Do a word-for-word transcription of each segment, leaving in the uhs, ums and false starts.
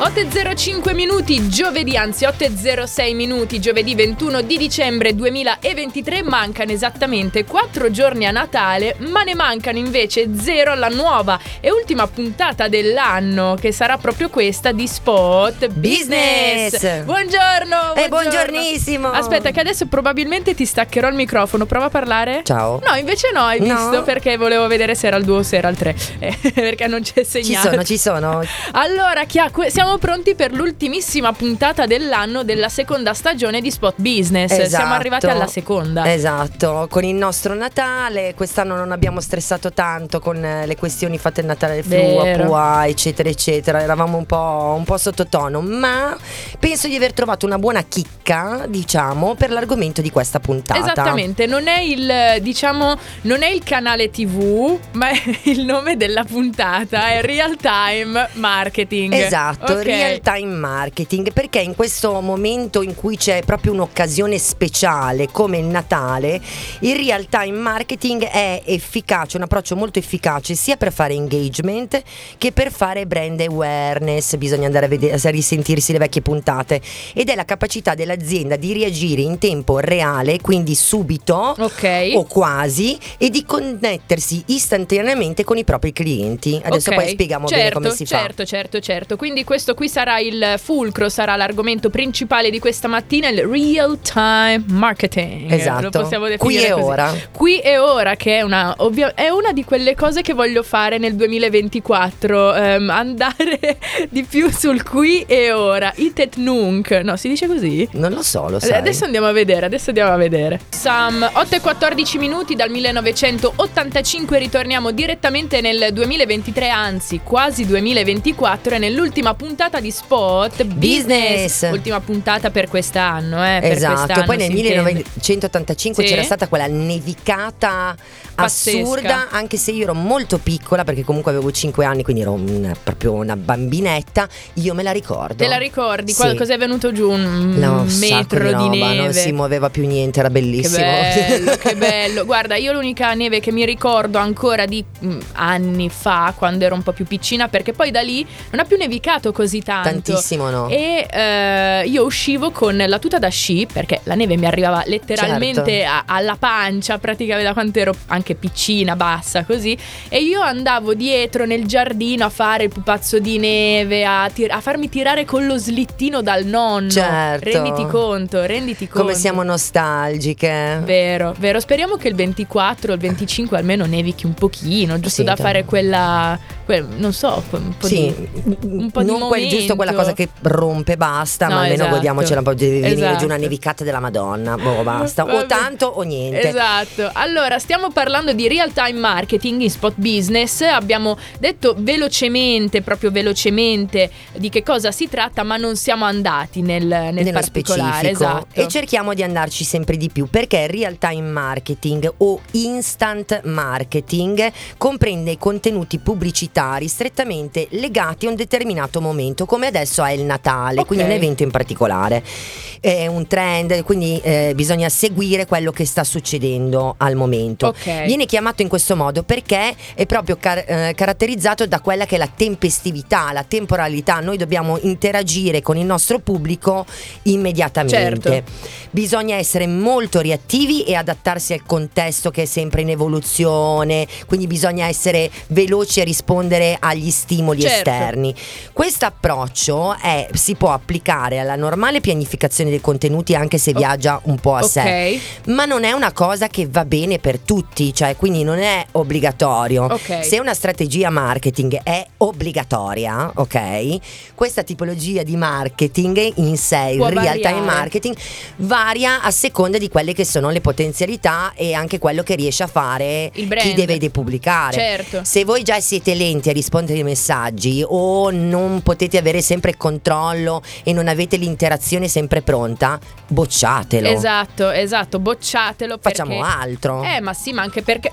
otto e zero cinque minuti giovedì, anzi otto e zero sei minuti giovedì ventuno di dicembre duemilaventitré. Mancano esattamente quattro giorni a Natale, ma ne mancano invece zero alla nuova e ultima puntata dell'anno, che sarà proprio questa di Spot Business. Business. Buongiorno, Eh, buongiorno. buongiornissimo. Aspetta che adesso probabilmente ti staccherò il microfono. Prova a parlare. Ciao. No, invece no, hai No. visto? Perché volevo vedere se era il due o se era il tre, eh, perché non c'è Ci segnato. sono, ci sono. Allora, Chia, que- siamo pronti per l'ultimissima puntata dell'anno della seconda stagione di Spot Business. Esatto. Siamo arrivati alla seconda. Esatto, con il nostro Natale. Quest'anno non abbiamo stressato tanto con eh, le questioni fatte il Natale del flu, Vero. Apua, eccetera, eccetera. Eravamo un po', un po' sottotono, ma penso di aver trovato una buona chicca, diciamo, per l'argomento di questa puntata. Esattamente, non è il, diciamo, non è il canale tivù, ma è il nome della puntata, è Real Time Marketing. Esatto, Ok. real time marketing, perché in questo momento in cui c'è proprio un'occasione speciale come il Natale, il real time marketing è efficace, un approccio molto efficace sia per fare engagement che per fare brand awareness. Bisogna andare a, vedere, a risentirsi le vecchie puntate, ed è la capacità dell'azienda di reagire in tempo reale, quindi subito Ok. o quasi, e di connettersi istantaneamente con i propri clienti. Adesso Ok. poi spieghiamo certo, bene come si fa. Certo, certo, certo. Quindi questo qui sarà il fulcro, sarà l'argomento principale di questa mattina, il real time marketing. Esatto. Lo possiamo definire Qui e così. ora. Qui e ora, che è una, ovvia- è una di quelle cose che voglio fare nel duemilaventiquattro, ehm, andare di più sul qui e ora. It et nunc. No, si dice così? Non lo so, lo sai. Adesso andiamo a vedere, adesso andiamo a vedere. Sam, otto e quattordici minuti dal millenovecentottantacinque, ritorniamo direttamente nel duemilaventitré, anzi quasi duemilaventiquattro, e nell'ultima puntata di Spot Business. Business. Ultima puntata per quest'anno, eh, per Esatto, quest'anno, poi nel si intende. millenovecentottantacinque Sì. c'era stata quella nevicata Pazzesca. assurda, anche se io ero molto piccola, perché comunque avevo cinque anni, quindi ero un- proprio una bambinetta. Io me la ricordo. Te la ricordi? Sì. Qual- Cosa è venuto giù? Un No, un sacco metro di, roba, neve. non si muoveva più niente, era Che bellissimo. bello, che bello. Guarda, io l'unica neve che mi ricordo ancora di mm, anni fa, quando ero un po' più piccina, perché poi da lì non ha più nevicato così tanto. Tantissimo, no? E eh, io uscivo con la tuta da sci, perché la neve mi arrivava letteralmente Certo. a- alla pancia, praticamente, da quanto ero anche piccina, bassa, così. E io andavo dietro nel giardino a fare il pupazzo di neve, a, tir- a farmi tirare con lo slittino dal nonno. Certo. Renditi conto, renditi conto. Come siamo nostalgiche. Vero, vero. Speriamo che il ventiquattro, il venticinque almeno nevichi un pochino, giusto Sì, da dai. fare quella, quel- non so, un po' Sì, di, un po' di non quel momento. giusto quella cosa che rompe, basta, No, ma almeno esatto. godiamocela un po'. Deve venire Esatto. giù una nevicata della Madonna. Boh, basta. Vabbè. O tanto o niente. Esatto. Allora, stiamo parlando di real time marketing in Spot Business. Abbiamo detto velocemente, proprio velocemente, di che cosa si tratta, ma non siamo andati nel, nel Nello particolare. specifico, Esatto. e cerchiamo di andarci sempre di più, perché real time marketing o instant marketing comprende i contenuti pubblicitari strettamente legati a un determinato momento, come adesso è il Natale, Ok. quindi un evento in particolare, è un trend, quindi eh, bisogna seguire quello che sta succedendo al momento. Ok. Viene chiamato in questo modo perché è proprio car- eh, caratterizzato da quella che è la tempestività, la temporalità. Noi dobbiamo interagire con il nostro pubblico immediatamente. Certo. Bisogna essere molto reattivi e adattarsi al contesto che è sempre in evoluzione, quindi bisogna essere veloci a rispondere agli stimoli Certo. esterni. Questo approccio è, si può applicare alla normale pianificazione dei contenuti, anche se viaggia un po' a sé, Ok. ma non è una cosa che va bene per tutti, cioè quindi non è obbligatorio. Ok. Se una strategia marketing è obbligatoria, ok, questa tipologia di marketing in sé, il Può real time variare. marketing, varia a seconda di quelle che sono le potenzialità e anche quello che riesce a fare Il brand. chi deve pubblicare. Certo. Se voi già siete lenti a rispondere ai messaggi, o non potete avere sempre il controllo e non avete l'interazione sempre pronta, bocciatelo. Esatto, esatto, bocciatelo perché... Facciamo altro. Eh, ma sì, ma anche perché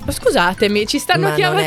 Scusatemi, ci stanno Ma chiamando.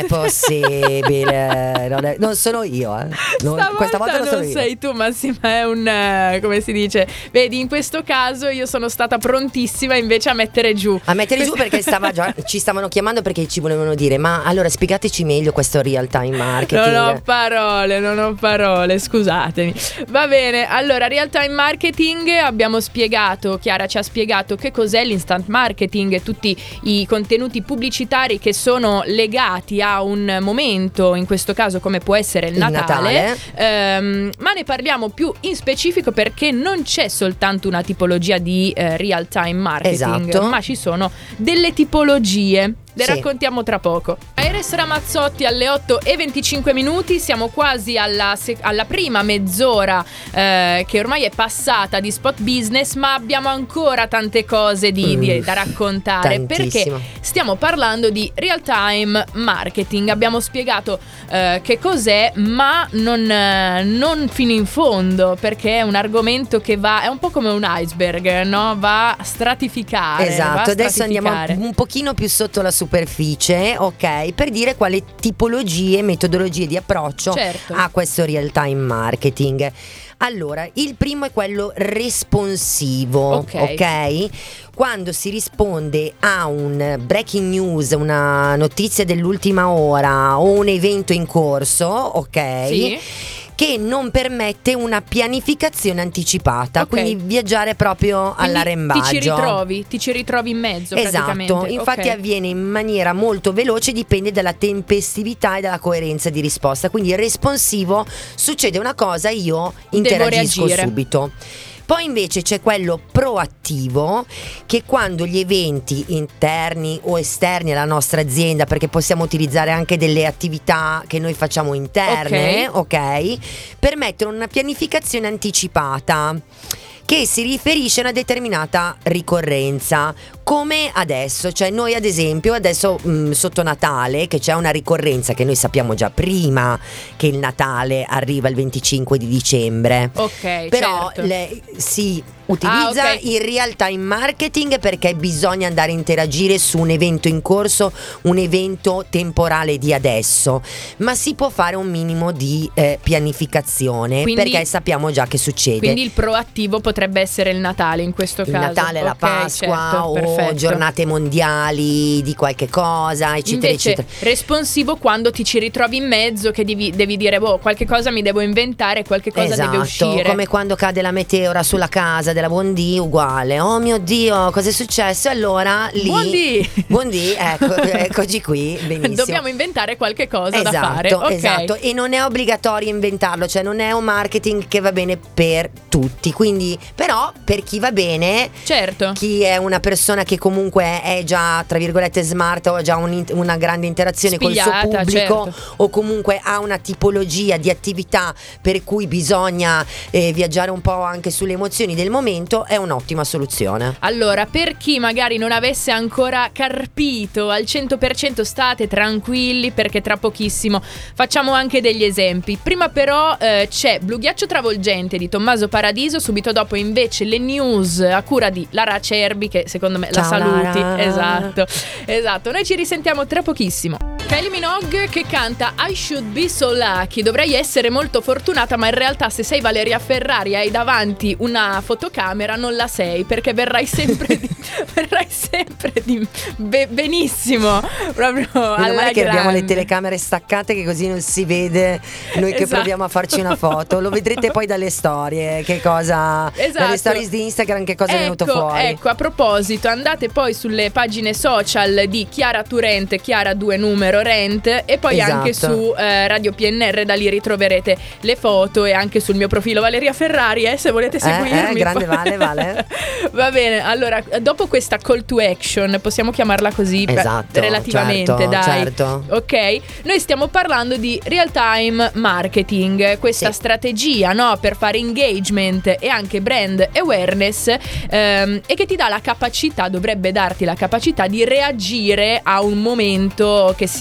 non è possibile. non, è, non sono io, eh. Non, questa volta non sono non io. sei tu, Massima, è un eh, come si dice? Vedi, in questo caso io sono stata prontissima invece a mettere giù. A mettere giù perché stava già, ci stavano chiamando perché ci volevano dire: ma allora spiegateci meglio questo real time marketing. Non ho parole, non ho parole, scusatemi. Va bene, allora real time marketing abbiamo spiegato, Chiara ci ha spiegato che cos'è l'instant marketing e tutti i contenuti pubblicitari che sono legati a un momento, in questo caso come può essere il, Il Natale, Natale. Ehm, ma ne parliamo più in specifico perché non c'è soltanto una tipologia di eh, real time marketing, Esatto. ma ci sono delle tipologie. Le Sì. raccontiamo tra poco. Iris Ramazzotti alle otto e venticinque minuti. Siamo quasi alla, se- alla prima mezz'ora eh, che ormai è passata di Spot Business, ma abbiamo ancora tante cose di, Mm, di- da raccontare tantissimo. perché stiamo parlando di real time marketing. Abbiamo spiegato eh, che cos'è, ma non, eh, non fino in fondo, perché è un argomento che va, è un po' come un iceberg, no? Va a stratificare. va a Esatto, adesso andiamo stratificare. un pochino più sotto la superficie, ok, per dire quali tipologie, metodologie di approccio Certo. ha questo real time marketing. Allora, il primo è quello responsivo, Ok. ok? Quando si risponde a un breaking news, una notizia dell'ultima ora o un evento in corso, ok? Sì. Che non permette una pianificazione anticipata, Ok. quindi viaggiare proprio Quindi all'arrembaggio. Ti ci ritrovi, ti ci ritrovi in mezzo praticamente. Esatto, infatti Ok. avviene in maniera molto veloce, dipende dalla tempestività e dalla coerenza di risposta. Quindi responsivo, succede una cosa, io interagisco reagire. subito. Poi invece c'è quello proattivo, che quando gli eventi interni o esterni alla nostra azienda, perché possiamo utilizzare anche delle attività che noi facciamo interne, ok, permettono una pianificazione anticipata che si riferisce a una determinata ricorrenza, come adesso. Cioè noi ad esempio adesso mh, sotto Natale, che c'è una ricorrenza che noi sappiamo già prima che il Natale arriva il venticinque di dicembre, Ok, però certo. le, si utilizza Ah, ok. il real time marketing perché bisogna andare a interagire su un evento in corso, un evento temporale di adesso, ma si può fare un minimo di eh, pianificazione, Quindi- perché sappiamo già che succede. Quindi il proattivo potrebbe essere il Natale in questo Il caso. Natale, la Ok, Pasqua certo, o perfetto. giornate mondiali di qualche cosa, eccetera, Invece eccetera. responsivo quando ti ci ritrovi in mezzo, che devi, devi dire boh, qualche cosa mi devo inventare, qualche cosa Esatto, deve uscire. come quando cade la meteora sulla casa della Buondì, uguale. Oh mio Dio, cosa è successo? Allora lì Buondì. Buondì, ecco, eccoci qui, benissimo. Dobbiamo inventare qualche cosa Esatto, da fare. Ok. esatto. E non è obbligatorio inventarlo, cioè non è un marketing che va bene per tutti. Quindi, però, per chi va bene, Certo. chi è una persona che comunque è già, tra virgolette, smart o ha già un- una grande interazione col suo Spigliata, pubblico, certo. o comunque ha una tipologia di attività per cui bisogna eh, viaggiare un po' anche sulle emozioni del momento, è un'ottima soluzione. Allora, per chi magari non avesse ancora carpito al cento per cento, state tranquilli perché tra pochissimo facciamo anche degli esempi. Prima però eh, c'è Blu Ghiaccio Travolgente di Tommaso Paradiso, subito dopo invece le news a cura di Lara Acerbi, che secondo me la Ciao, saluti. Lara. Esatto, esatto. Noi ci risentiamo tra pochissimo. Kylie Minogue che canta I Should Be So Lucky. Dovrei essere molto fortunata, ma in realtà se sei Valeria Ferrari e hai davanti una fotocamera non la sei, perché verrai sempre di, verrai sempre di be- benissimo, proprio Meno alla male che abbiamo le grande. telecamere staccate, che così non si vede noi che Esatto. proviamo a farci una foto. Lo vedrete poi dalle storie, che cosa, Esatto. dalle stories di Instagram, che cosa è venuto Ecco, fuori. Ecco, a proposito, andate poi sulle pagine social di Chiara Turent, Chiara due numero Rent, e poi Esatto. anche su eh, Radio P N R, da lì ritroverete le foto, e anche sul mio profilo Valeria Ferrari, eh, se volete seguirmi. eh, grande Vale, Vale. Va bene, allora, dopo questa call to action, possiamo chiamarla così, beh, Esatto, relativamente, certo, dai. certo. Ok, noi stiamo parlando di real time marketing, questa Sì. strategia, no, per fare engagement e anche brand awareness, ehm, e che ti dà la capacità, dovrebbe darti la capacità di reagire a un momento che sia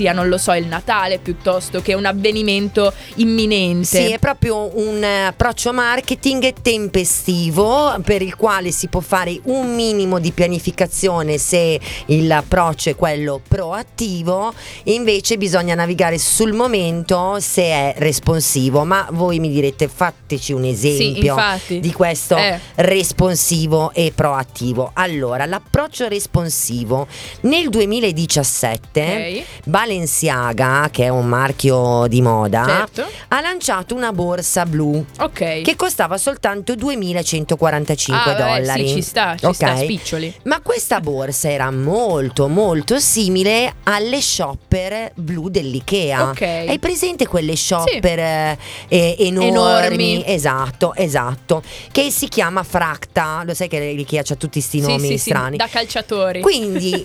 sia, non lo so, il Natale piuttosto che un avvenimento imminente. Sì, è proprio un approccio marketing tempestivo per il quale si può fare un minimo di pianificazione se l'approccio è quello proattivo, e invece bisogna navigare sul momento se è responsivo. Ma voi mi direte, fateci un esempio sì, di questo eh. responsivo e proattivo. Allora, l'approccio responsivo nel duemiladiciassette, okay. Balenciaga, che è un marchio di moda, certo. ha lanciato una borsa blu, ok, che costava soltanto duemilacentoquarantacinque ah, vabbè, dollari. Sì, ci sta, ci okay. sta, spiccioli. Ma questa borsa era molto molto simile alle shopper blu dell'IKEA. Ok. Hai presente quelle shopper sì. eh, enormi? enormi? Esatto, esatto. Che si chiama Fracta. Lo sai che l'IKEA c'ha tutti sti nomi sì, sì, strani. Sì, da calciatori. Quindi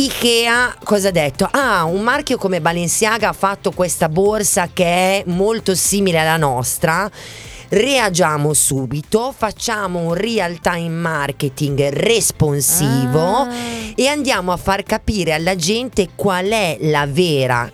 IKEA cosa ha detto? Ah, un marchio come Balenciaga ha fatto questa borsa che è molto simile alla nostra. Reagiamo subito, facciamo un real time marketing responsivo ah. e andiamo a far capire alla gente qual è la vera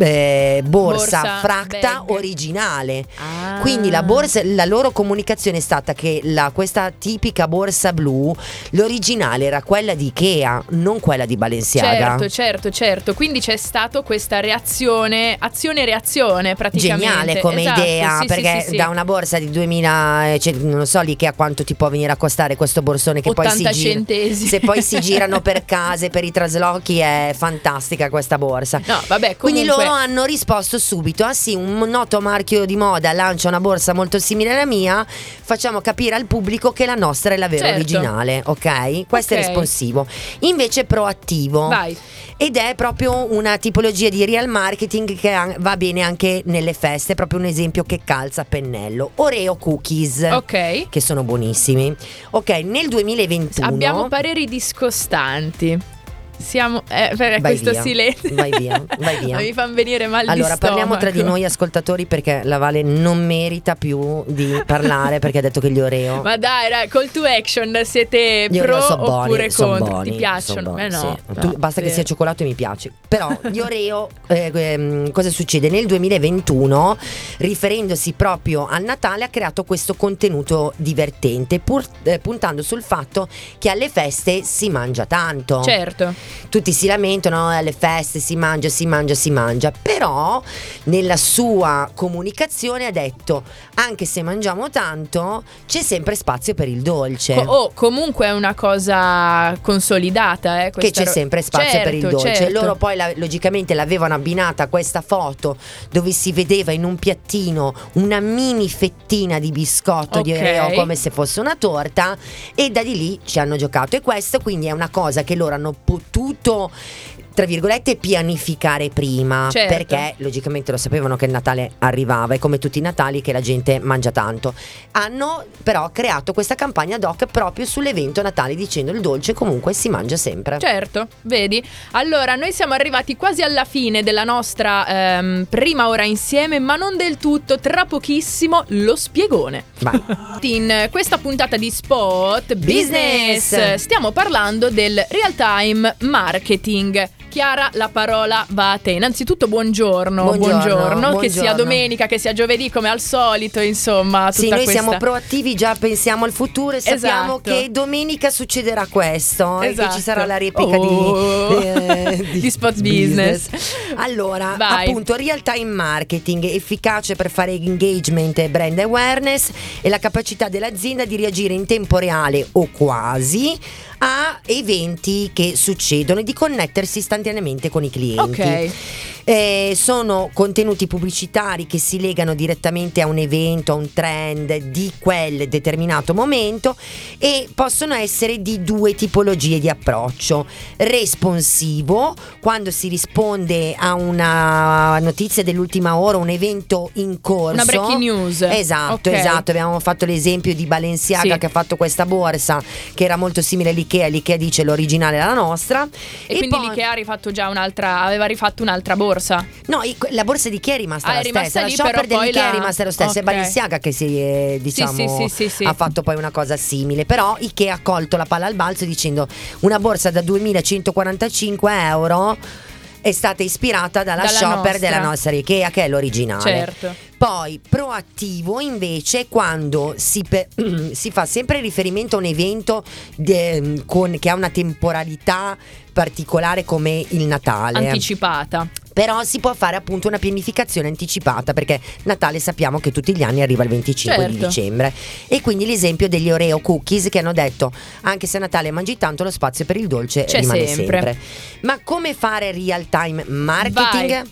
Eh, borsa, borsa Fracta bag. originale. ah. Quindi la borsa, la loro comunicazione è stata che la, questa tipica borsa blu, l'originale era quella di IKEA, non quella di Balenciaga. Certo, certo, certo. Quindi c'è stato questa reazione, azione-reazione praticamente. Geniale come esatto, idea, sì, perché sì, sì, da sì. una borsa di duemila, cioè, non so lì che a quanto ti può venire a costare questo borsone che poi si ottanta gira. centesimi. Se poi si girano per case, per i traslochi, è fantastica questa borsa. No, vabbè, comunque. Quindi loro hanno risposto subito: ah sì, un noto marchio di moda lancia una borsa molto simile alla mia, facciamo capire al pubblico che la nostra è la vera certo. originale, ok? Questo okay. è responsivo. Invece proattivo. Vai. Ed è proprio una tipologia di real marketing che va bene anche nelle feste. È proprio un esempio che calza a pennello. Oreo cookies, ok, che sono buonissimi. Ok, nel duemilaventuno abbiamo pareri discostanti. Siamo eh, per vai questo via, silenzio. vai via, vai via. Mi fanno venire mal allora, di stomaco. parliamo tra di noi ascoltatori, perché la Vale non merita più di parlare perché ha detto che gli Oreo. Ma dai, dai, call to action, siete Gli pro Oreo so oppure buoni, son contro? buoni, Ti piacciono? son buoni, Eh no, sì. no, Tu- basta sì. che sia cioccolato e mi piace. Però gli Oreo eh, ehm, cosa succede? Nel duemilaventuno, riferendosi proprio al Natale, ha creato questo contenuto divertente, pur, eh, puntando sul fatto che alle feste si mangia tanto. Certo. Tutti si lamentano, no? Alle feste si mangia, si mangia, si mangia. Però nella sua comunicazione ha detto: anche se mangiamo tanto, c'è sempre spazio per il dolce. Co- oh, comunque è una cosa consolidata, eh, Che questa c'è ro- sempre spazio certo, per il dolce. certo. Loro poi la- logicamente l'avevano abbinata a questa foto dove si vedeva in un piattino una mini fettina di biscotto Ok. di Oreo, come se fosse una torta, e da di lì ci hanno giocato. E questo quindi è una cosa che loro hanno potuto, tra virgolette, pianificare prima, Certo. perché logicamente lo sapevano che il Natale arrivava, e come tutti i Natali che la gente mangia tanto. Hanno però creato questa campagna ad hoc proprio sull'evento Natale, dicendo: il dolce comunque si mangia sempre. Certo, vedi? Allora, noi siamo arrivati quasi alla fine della nostra ehm, prima ora insieme, ma non del tutto. Tra pochissimo lo spiegone. Vai. In questa puntata di Spot Business, Business. stiamo parlando del real time marketing. Chiara, la parola va a te. Innanzitutto buongiorno, Buongiorno, buongiorno, che sia buongiorno. domenica, che sia giovedì, come al solito, insomma, tutta Sì, noi questa... siamo proattivi, già pensiamo al futuro e sappiamo Esatto. che domenica succederà questo, e Esatto. che ci sarà la replica Oh. di, eh, Di Spot Business. Allora, Vai. appunto, real time marketing efficace per fare engagement e brand awareness, e la capacità dell'azienda di reagire in tempo reale o quasi a eventi che succedono e di connettersi istantaneamente con i clienti. Ok. Eh, sono contenuti pubblicitari che si legano direttamente a un evento, a un trend di quel determinato momento, e possono essere di due tipologie di approccio: responsivo, quando si risponde a una notizia dell'ultima ora, un evento in corso, Una breaking news. Esatto, Ok. esatto. Abbiamo fatto l'esempio di Balenciaga, Sì. che ha fatto questa borsa che era molto simile all'IKEA. L'IKEA dice: l'originale è la nostra. E, quindi poi- l'IKEA ha rifatto già un'altra, aveva rifatto un'altra borsa. No, i- la borsa di Ikea è rimasta Ah, la è rimasta stessa. lì, La shopper però poi dell'IKEA la- è rimasta lo stesso. Ok. È Balenciaga che si è, diciamo, Sì, sì, sì, sì, sì. ha fatto poi una cosa simile. Però Ikea ha colto la palla al balzo dicendo: una borsa da duemilacentoquarantacinque euro è stata ispirata dalla, Dalla shopper nostra. della nostra Ikea, che è l'originale. Certo. Poi proattivo invece è quando si, pe- si fa sempre riferimento a un evento de- con, che ha una temporalità particolare come il Natale. Anticipata. Però si può fare appunto una pianificazione anticipata, perché Natale sappiamo che tutti gli anni arriva il venticinque di Certo. dicembre. E quindi l'esempio degli Oreo Cookies, che hanno detto anche se a Natale mangi tanto, lo spazio per il dolce C'è rimane sempre. sempre. Ma come fare real time marketing? Vai.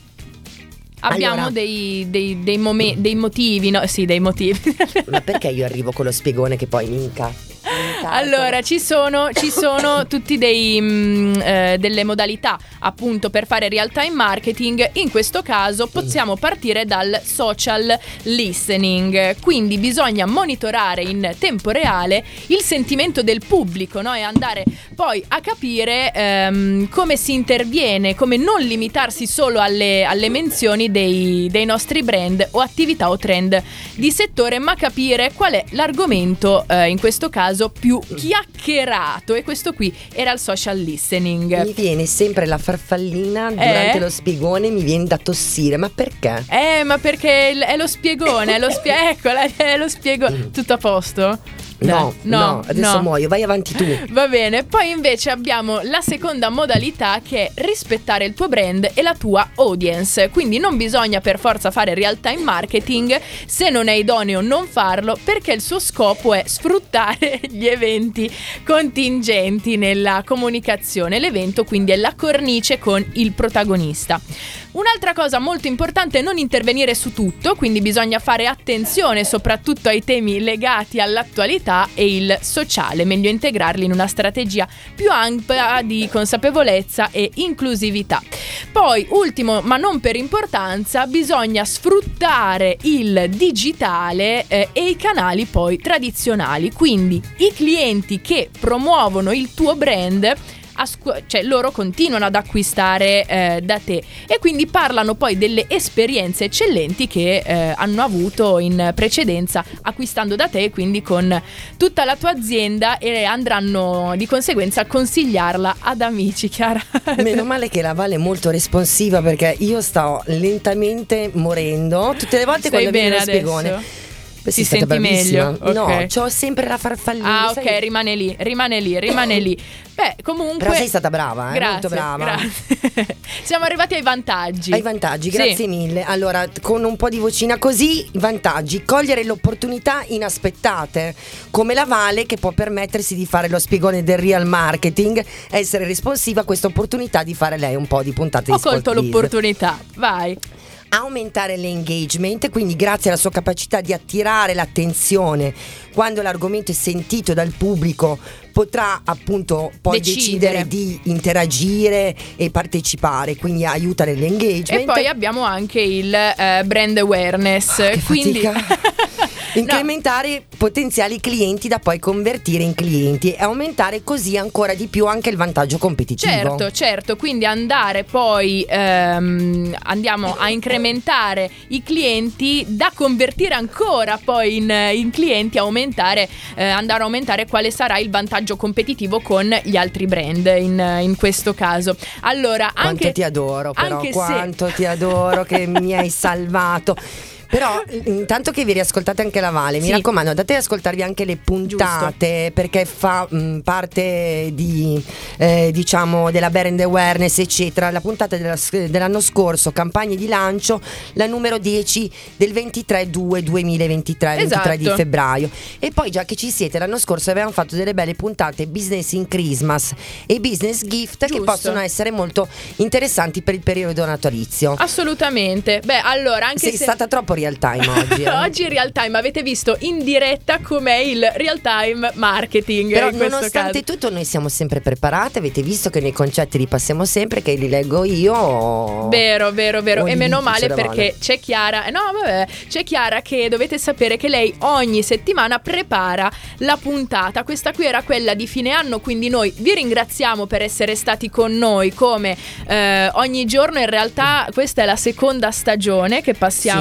Abbiamo Allora- dei, dei, dei, momen- dei motivi, no? Sì, dei motivi. Ma perché io arrivo con lo spiegone che poi mi inca? Allora, ci sono, ci sono tutti dei mh, eh, delle modalità appunto per fare real time marketing. In questo caso possiamo partire dal social listening. Quindi bisogna monitorare in tempo reale il sentimento del pubblico, no? E andare poi a capire ehm, come si interviene, come non limitarsi solo alle, alle menzioni dei, dei nostri brand o attività o trend di settore, ma capire qual è l'argomento eh, in questo caso più chiacchierato, e questo qui era il social listening. Mi viene sempre la farfallina durante Eh? lo spiegone, mi viene da tossire, ma perché? Eh, ma perché il- è lo spiegone, è lo spie- eccola, è lo spiego. Tutto a posto? No, Dai, no, adesso no. muoio, vai avanti tu. Va bene, poi invece abbiamo la seconda modalità, che è rispettare il tuo brand e la tua audience. Quindi non bisogna per forza fare real time marketing, se non è idoneo non farlo, perché il suo scopo è sfruttare gli eventi contingenti nella comunicazione. L'evento quindi è la cornice con il protagonista. Un'altra cosa molto importante è non intervenire su tutto, quindi bisogna fare attenzione soprattutto ai temi legati all'attualità e il sociale, meglio integrarli in una strategia più ampia di consapevolezza e inclusività. Poi, ultimo ma non per importanza, bisogna sfruttare il digitale eh, e i canali poi tradizionali, quindi i clienti che promuovono il tuo brand, Ascu- cioè loro continuano ad acquistare eh, da te, e quindi parlano poi delle esperienze eccellenti che eh, hanno avuto in precedenza acquistando da te, quindi con tutta la tua azienda, e andranno di conseguenza a consigliarla ad amici, Chiara. Meno male che la Valle è molto responsiva, perché io sto lentamente morendo tutte le volte Stai quando viene bene lo spiegone. adesso? Beh, Ti sei stata senti bravissima. meglio? Ok. No, c'ho sempre la farfallina. Ah, ok, sai? rimane lì, rimane lì, rimane lì. Beh, comunque. Però sei stata brava, eh? Grazie, Molto brava. grazie. Siamo arrivati ai vantaggi. Ai vantaggi, Sì. grazie mille. Allora, con un po' di vocina così, i vantaggi: cogliere le opportunità inaspettate, come la Vale che può permettersi di fare lo spiegone del real marketing, essere responsiva a questa opportunità di fare lei un po' di puntate Ho di Sport colto Biz. l'opportunità, vai. Aumentare l'engagement, quindi grazie alla sua capacità di attirare l'attenzione, quando l'argomento è sentito dal pubblico potrà appunto poi Decidere. decidere di interagire e partecipare, quindi aiuta nell'engagement. E poi abbiamo anche il eh, brand awareness, Ah, che quindi fatica. Incrementare potenziali clienti da poi convertire in clienti e aumentare così ancora di più anche il vantaggio competitivo. Certo, certo, quindi andare poi ehm, andiamo a incrementare i clienti da convertire ancora poi in, in clienti, aumentare eh, andare a aumentare quale sarà il vantaggio competitivo con gli altri brand in, in questo caso. Allora, Quanto anche ti adoro, però anche se- quanto ti adoro che mi hai salvato. Però intanto che vi riascoltate anche la Vale, mi Sì. raccomando, andate ad ascoltarvi anche le puntate, perché fa mh, parte di eh, diciamo della brand awareness eccetera. La puntata della- dell'anno scorso, campagne di lancio, la numero dieci del ventitré due duemilaventitré, ventitré di Esatto. febbraio. E poi, già che ci siete, l'anno scorso avevamo fatto delle belle puntate business in Christmas e business gift, che Giusto. possono essere molto interessanti per il periodo natalizio. assolutamente. Beh, allora, anche Sei se stata troppo real time oggi. eh. oggi in real time avete visto in diretta com'è il real time marketing. Però in questo nonostante caso. tutto noi siamo sempre preparate, avete visto che nei concetti li passiamo sempre, che li leggo io. Vero, vero, vero. O E li meno dice male la perché Vale. c'è Chiara. eh, No, vabbè, c'è Chiara che dovete sapere che lei ogni settimana prepara la puntata. Questa qui era quella di fine anno, quindi noi vi ringraziamo per essere stati con noi come eh, ogni giorno. In realtà questa è la seconda stagione che passiamo Sì.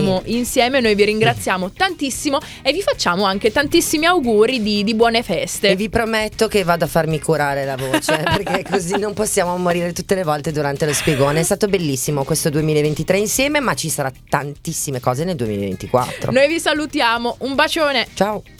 insieme. Noi vi ringraziamo tantissimo e vi facciamo anche tantissimi auguri di, di buone feste. E vi prometto che vado a farmi curare la voce, perché così non possiamo morire tutte le volte durante lo spiegone. È stato bellissimo questo duemilaventitré insieme, ma ci sarà tantissime cose nel duemilaventiquattro. Noi vi salutiamo, un bacione. Ciao.